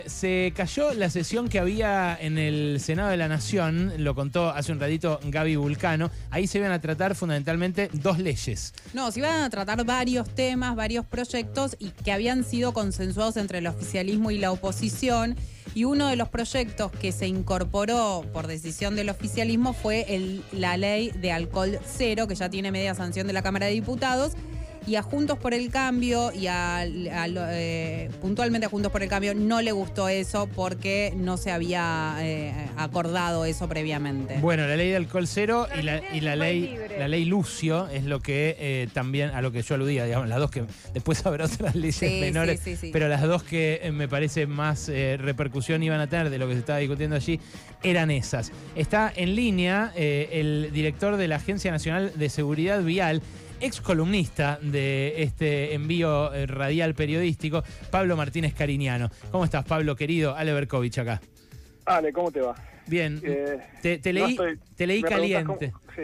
Se cayó la sesión que había en el Senado de la Nación, lo contó hace un ratito Gaby Vulcano. Ahí se iban a tratar fundamentalmente dos leyes. No, se iban a tratar varios temas, varios proyectos y que habían sido consensuados entre el oficialismo y la oposición. Y uno de los proyectos que se incorporó por decisión del oficialismo fue la ley de alcohol cero, que ya tiene media sanción de la Cámara de Diputados. Y a Juntos por el Cambio y puntualmente a Juntos por el Cambio no le gustó eso porque no se había acordado eso previamente. Bueno, la ley de alcohol cero y la ley Lucio es lo que también, a lo que yo aludía, digamos, las dos que después habrá otras leyes menores, sí. Pero las dos que me parece más repercusión iban a tener de lo que se estaba discutiendo allí eran esas. Está en línea el director de la Agencia Nacional de Seguridad Vial, ex columnista de este envío radial periodístico, Pablo Martínez Cariñano. ¿Cómo estás, Pablo, querido? Ale Berkovich acá. Ale, ¿cómo te va? Bien, te leí caliente. Sí.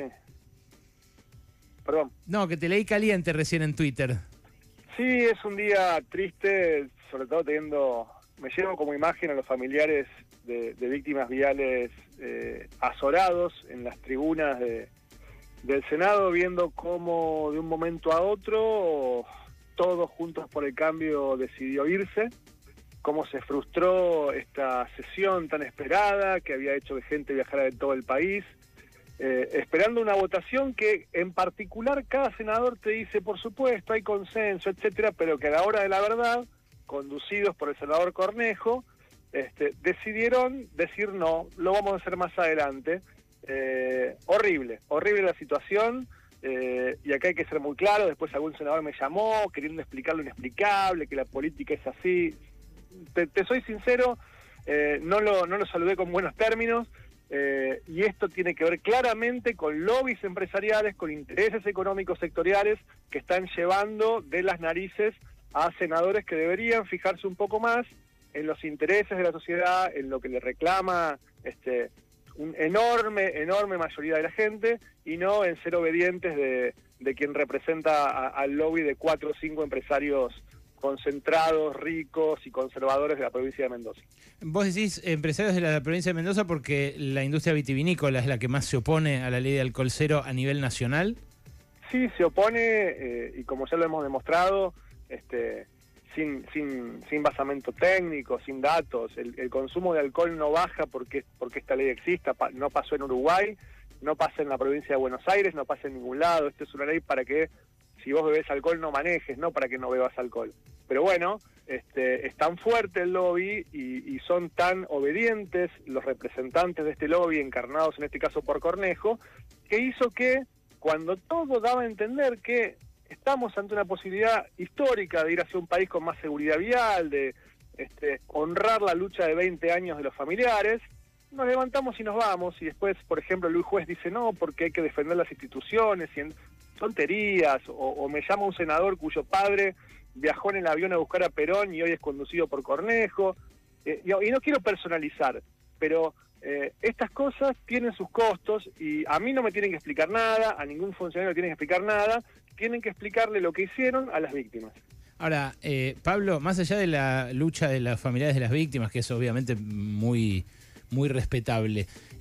Perdón. No, que te leí caliente recién en Twitter. Sí, es un día triste, sobre todo me llevo como imagen a los familiares de víctimas viales azorados en las tribunas del Senado, viendo cómo de un momento a otro todos Juntos por el Cambio decidió irse, cómo se frustró esta sesión tan esperada que había hecho que gente viajara de todo el país, esperando una votación que en particular cada senador te dice, por supuesto, hay consenso, etcétera, pero que a la hora de la verdad, conducidos por el senador Cornejo, decidieron decir no, lo vamos a hacer más adelante. Horrible la situación, y acá hay que ser muy claro. Después algún senador me llamó queriendo explicar lo inexplicable, que la política es así. Te soy sincero, no lo saludé con buenos términos, y esto tiene que ver claramente con lobbies empresariales, con intereses económicos sectoriales que están llevando de las narices a senadores que deberían fijarse un poco más en los intereses de la sociedad, en lo que le reclama una enorme mayoría de la gente, y no en ser obedientes de quien representa al lobby de 4 o 5 empresarios concentrados, ricos y conservadores de la provincia de Mendoza. Vos decís empresarios de la provincia de Mendoza porque la industria vitivinícola es la que más se opone a la ley de alcohol cero a nivel nacional. Sí, se opone, y como ya lo hemos demostrado, sin basamento técnico, sin datos. El consumo de alcohol no baja porque esta ley exista. No pasó en Uruguay, no pasa en la provincia de Buenos Aires, no pasa en ningún lado. Esta es una ley para que si vos bebés alcohol no manejes, no para que no bebas alcohol. Pero bueno, es tan fuerte el lobby y son tan obedientes los representantes de este lobby, encarnados en este caso por Cornejo, que hizo que cuando todo daba a entender que estamos ante una posibilidad histórica de ir hacia un país con más seguridad vial, de honrar la lucha de 20 años de los familiares, nos levantamos y nos vamos, y después, por ejemplo, Luis Juez dice no, porque hay que defender las instituciones, y tonterías, o me llama un senador cuyo padre viajó en el avión a buscar a Perón y hoy es conducido por Cornejo, y no quiero personalizar, pero estas cosas tienen sus costos, y a mí no me tienen que explicar nada, a ningún funcionario tienen que explicar nada, tienen que explicarle lo que hicieron a las víctimas. Ahora, Pablo, más allá de la lucha de las familiares de las víctimas, que es obviamente muy respetable,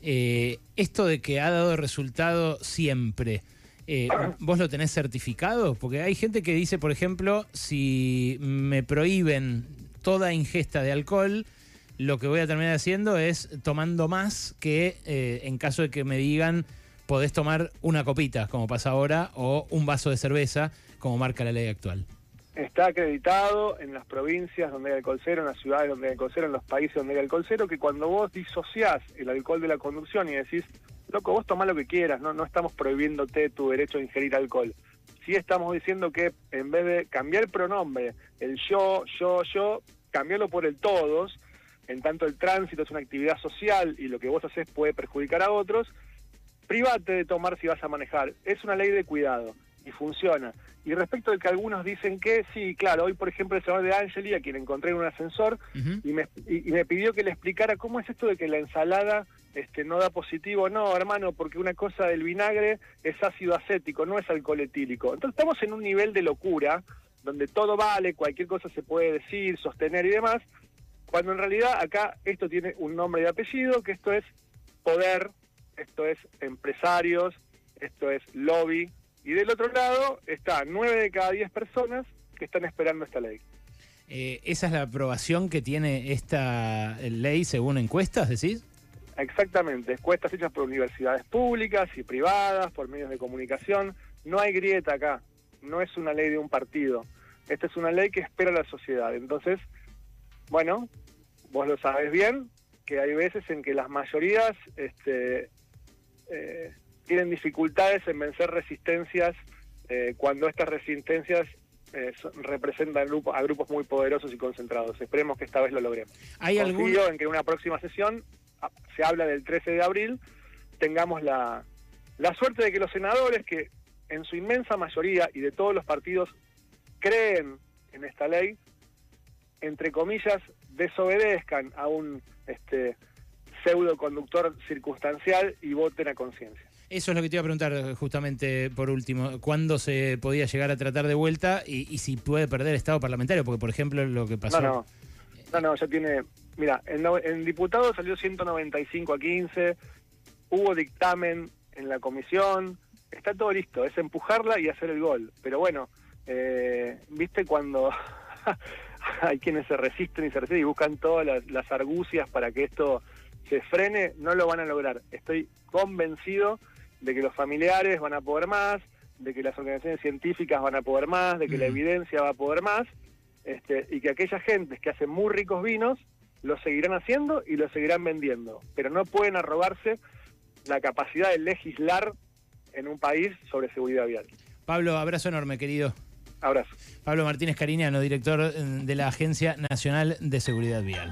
esto de que ha dado resultado siempre, ¿vos lo tenés certificado? Porque hay gente que dice, por ejemplo, si me prohíben toda ingesta de alcohol, lo que voy a terminar haciendo es tomando más que en caso de que me digan podés tomar una copita, como pasa ahora, o un vaso de cerveza, como marca la ley actual. Está acreditado en las provincias donde hay alcohol cero, en las ciudades donde hay alcohol cero, en los países donde hay alcohol cero, que cuando vos disociás el alcohol de la conducción y decís, loco, vos tomá lo que quieras, no estamos prohibiéndote tu derecho a ingerir alcohol. Sí estamos diciendo que en vez de cambiar el pronombre, el yo, cambiarlo por el todos, en tanto el tránsito es una actividad social y lo que vos haces puede perjudicar a otros, private de tomar si vas a manejar. Es una ley de cuidado y funciona. Y respecto de que algunos dicen que, sí, claro, hoy por ejemplo el senador De Angeli, a quien encontré en un ascensor, y me pidió que le explicara cómo es esto de que la ensalada no da positivo. No, hermano, porque una cosa del vinagre es ácido acético, no es alcohol etílico. Entonces estamos en un nivel de locura donde todo vale, cualquier cosa se puede decir, sostener y demás, Cuando en realidad acá esto tiene un nombre y apellido, que esto es poder, esto es empresarios, esto es lobby, y del otro lado está 9 de cada 10 personas que están esperando esta ley. ¿Esa es la aprobación que tiene esta ley según encuestas, decís? Exactamente, encuestas hechas por universidades públicas y privadas, por medios de comunicación. No hay grieta acá, no es una ley de un partido. Esta es una ley que espera la sociedad. Entonces, bueno, vos lo sabés bien, que hay veces en que las mayorías tienen dificultades en vencer resistencias cuando estas resistencias representan a grupos muy poderosos y concentrados. Esperemos que esta vez lo logremos. Confío en que en una próxima sesión, se habla del 13 de abril, tengamos la suerte de que los senadores, que en su inmensa mayoría y de todos los partidos creen en esta ley, entre comillas, desobedezcan a un pseudo conductor circunstancial y voten a conciencia. Eso es lo que te iba a preguntar justamente por último. ¿Cuándo se podía llegar a tratar de vuelta y si puede perder estado parlamentario? Porque, por ejemplo, lo que pasó... No, ya tiene... Mira, en diputados salió 195-15, hubo dictamen en la comisión, está todo listo, es empujarla y hacer el gol. Pero bueno, ¿viste cuando hay quienes se resisten y buscan todas las argucias para que esto se frene? No lo van a lograr. Estoy convencido de que los familiares van a poder más, de que las organizaciones científicas van a poder más, de que la evidencia va a poder más, y que aquellas gentes que hacen muy ricos vinos lo seguirán haciendo y lo seguirán vendiendo, pero no pueden arrogarse la capacidad de legislar en un país sobre seguridad vial. Pablo, abrazo enorme, querido. Abrazo. Pablo Martínez Cariñano, director de la Agencia Nacional de Seguridad Vial.